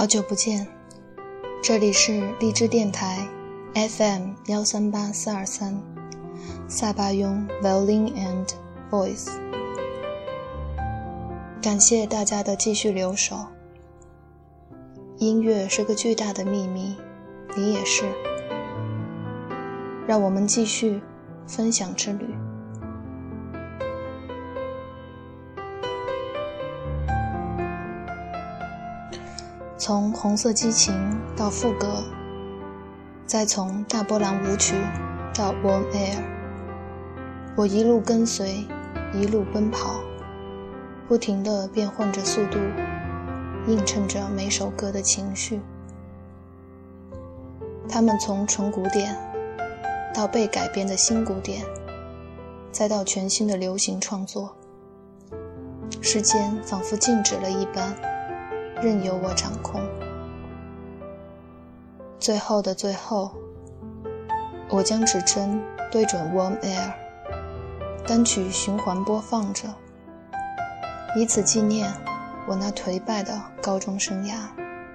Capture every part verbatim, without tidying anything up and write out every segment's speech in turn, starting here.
好久不见，这里是荔枝电台 F M 一三八四二三，萨巴雍 Violin and Voice。 感谢大家的继续留守。音乐是个巨大的秘密，你也是。让我们继续分享之旅。从红色激情到副歌，再从大波浪舞曲到 Warm Air， 我一路跟随，一路奔跑，不停地变换着速度，映衬着每首歌的情绪。他们从纯古典到被改编的新古典，再到全新的流行创作，时间仿佛静止了一般，任由我掌控。最后的最后，我将指针对准 Warm Air， 单曲循环播放着，以此纪念我那颓败的高中生涯。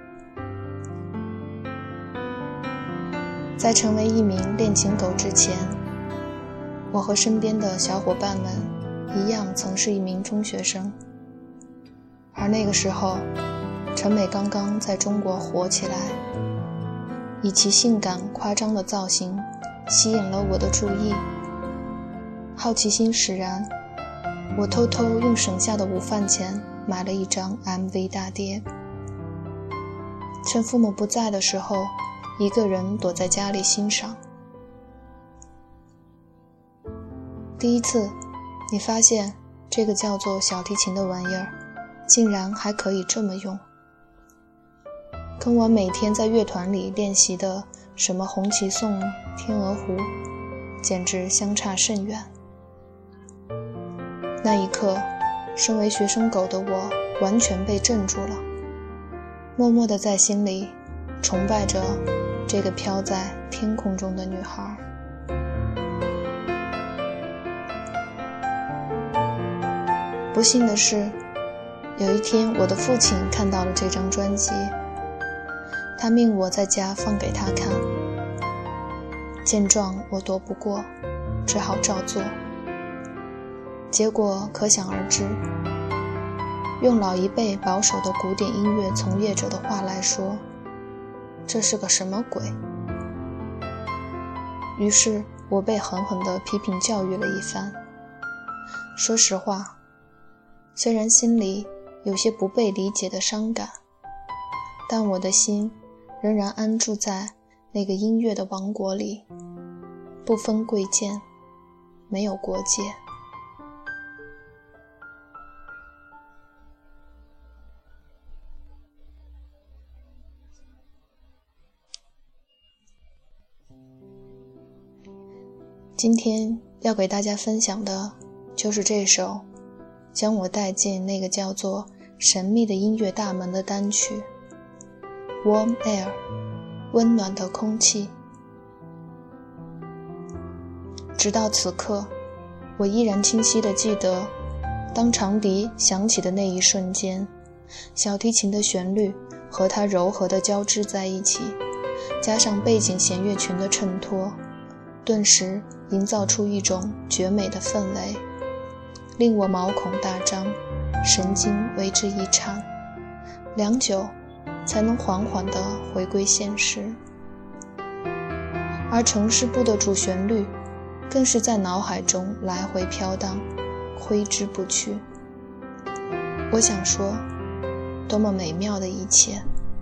在成为一名练琴狗之前，我和身边的小伙伴们一样曾是一名中学生，而那个时候陈美刚刚在中国火起来，以其性感夸张的造型吸引了我的注意。好奇心使然，我偷偷用省下的午饭钱买了一张 M V 大碟，趁父母不在的时候，一个人躲在家里欣赏。第一次你发现这个叫做小提琴的玩意儿竟然还可以这么用，跟我每天在乐团里练习的什么红旗颂、天鹅湖简直相差甚远。那一刻，身为学生狗的我完全被镇住了，默默地在心里崇拜着这个飘在天空中的女孩。不幸的是，有一天我的父亲看到了这张专辑，他命我在家放给他看。见状我躲不过，只好照做。结果可想而知，用老一辈保守的古典音乐从业者的话来说，这是个什么鬼？于是我被狠狠地批评教育了一番。说实话，虽然心里有些不被理解的伤感，但我的心仍然安住在那个音乐的王国里，不分贵贱，没有国界。今天要给大家分享的就是这首将我带进那个叫做神秘的音乐大门的单曲 Warm Air， 温暖的空气。直到此刻，我依然清晰地记得，当长笛响起的那一瞬间，小提琴的旋律和它柔和地交织在一起，加上背景弦乐群的衬托，顿时营造出一种绝美的氛围，令我毛孔大张，神经为之一颤，良久才能缓缓地回归现实。而城市部的主旋律更是在脑海中来回飘荡，挥之不去。我想说，多么美妙的一切。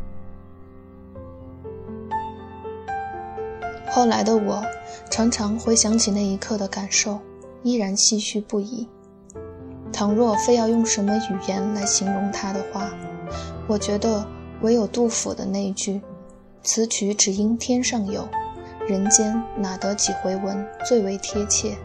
后来的我常常回想起那一刻的感受，依然唏嘘不已。倘若非要用什么语言来形容它的话，我觉得唯有杜甫的那句此曲只应天上有，人间哪得几回闻最为贴切。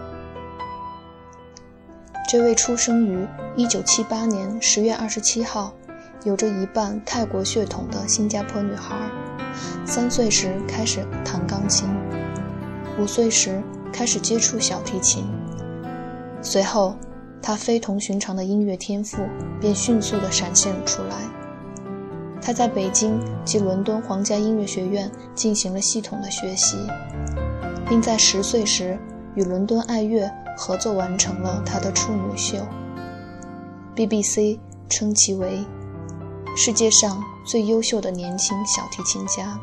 这位出生于一九七八年十月二十七号，有着一半泰国血统的新加坡女孩，三岁时开始弹钢琴，五岁时开始接触小提琴，随后她非同寻常的音乐天赋便迅速地闪现出来。 他在北京及伦敦皇家音乐学院进行了系统的学习，并在十岁时与伦敦爱乐合作完成了他的处女秀。B B C 称其为世界上最优秀的年轻小提琴家。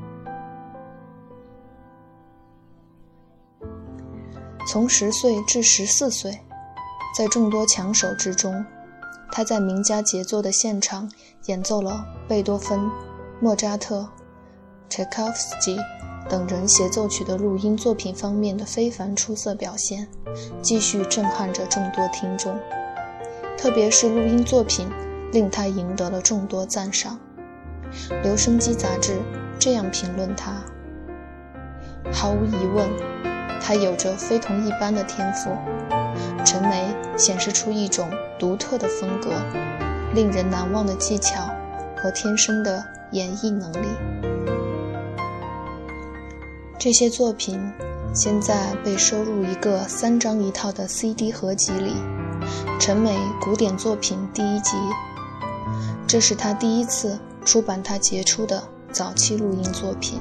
从十岁至十四岁，在众多强手之中，他在名家杰作的现场演奏了贝多芬、莫扎特、柴可夫斯基等人协奏曲的录音作品方面的非凡出色表现，继续震撼着众多听众。特别是录音作品令他赢得了众多赞赏。留声机杂志这样评论他：毫无疑问，他有着非同一般的天赋，陈梅显示出一种独特的风格，令人难忘的技巧和天生的演绎能力。这些作品现在被收入一个三张一套的 C D 合集里，陈梅古典作品第一集，这是他第一次出版他杰出的早期录音作品。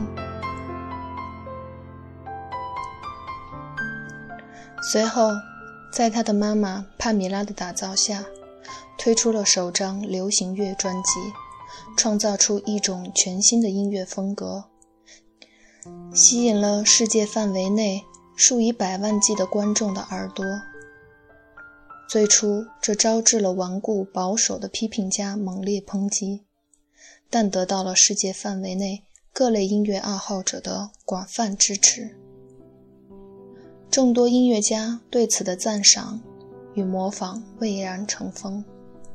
随后，在他的妈妈帕米拉的打造下，推出了首张流行乐专辑，创造出一种全新的音乐风格，吸引了世界范围内数以百万计的观众的耳朵。最初，这招致了顽固保守的批评家猛烈抨击，但得到了世界范围内各类音乐爱好者的广泛支持。众多音乐家对此的赞赏与模仿蔚然成风。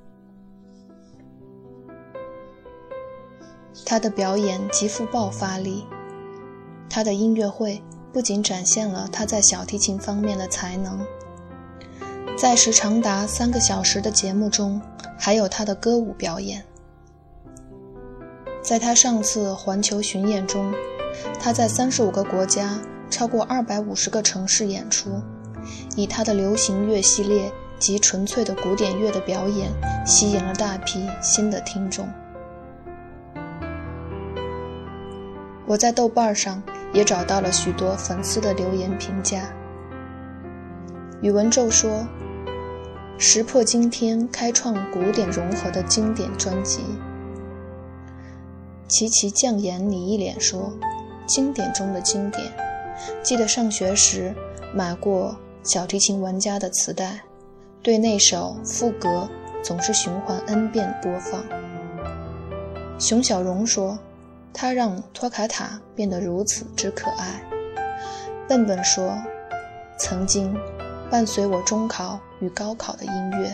他的表演极富爆发力，他的音乐会不仅展现了他在小提琴方面的才能，在时长达三个小时的节目中，还有他的歌舞表演。在他上次环球巡演中，他在三十五个国家超过二百五十个城市演出，以他的流行乐系列及纯粹的古典乐的表演吸引了大批新的听众。我在豆瓣上也找到了许多粉丝的留言评价。宇文宙说：石破惊天开创古典融合的经典专辑。琪琪酱眼你一脸说：经典中的经典，记得上学时买过小提琴玩家的磁带，对那首副歌总是循环 N 遍播放。熊小荣说：他让托卡塔变得如此之可爱。笨笨说：曾经伴随我中考与高考的音乐。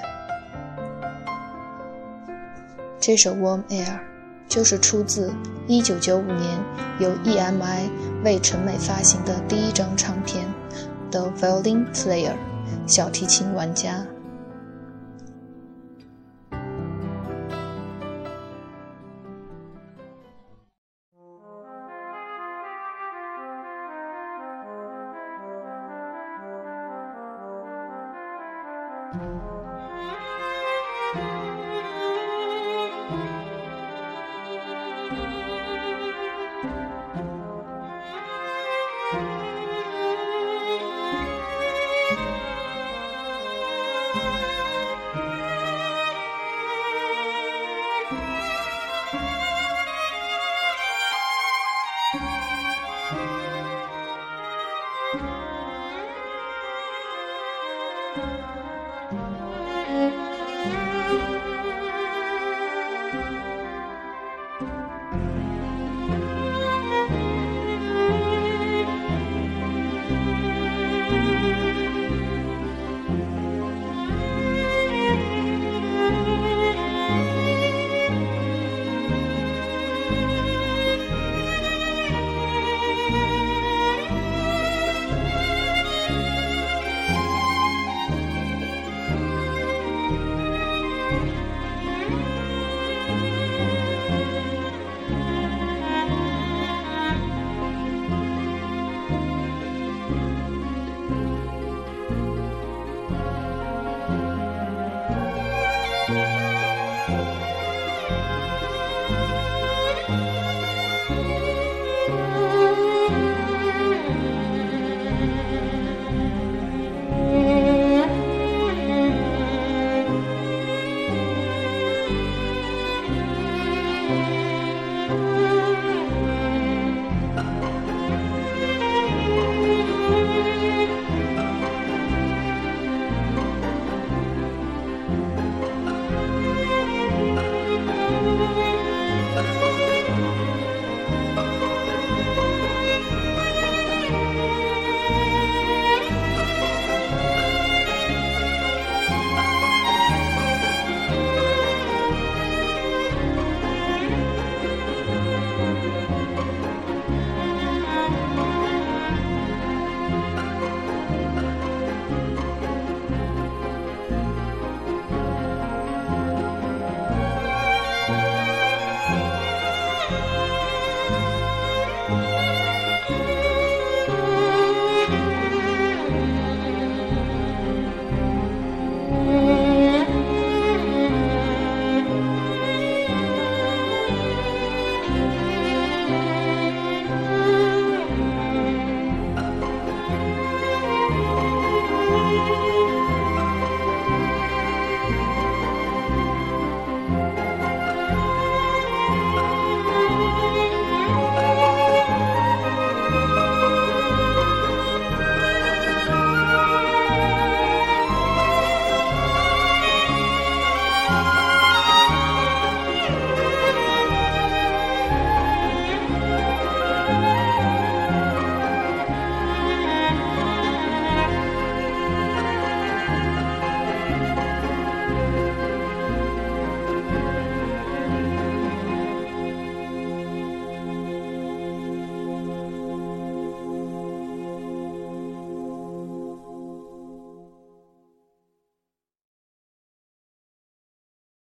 这首 Warm Air 就是出自一九九五年由 E M I 为陈美发行的第一张唱片 The Violin Player 小提琴玩家。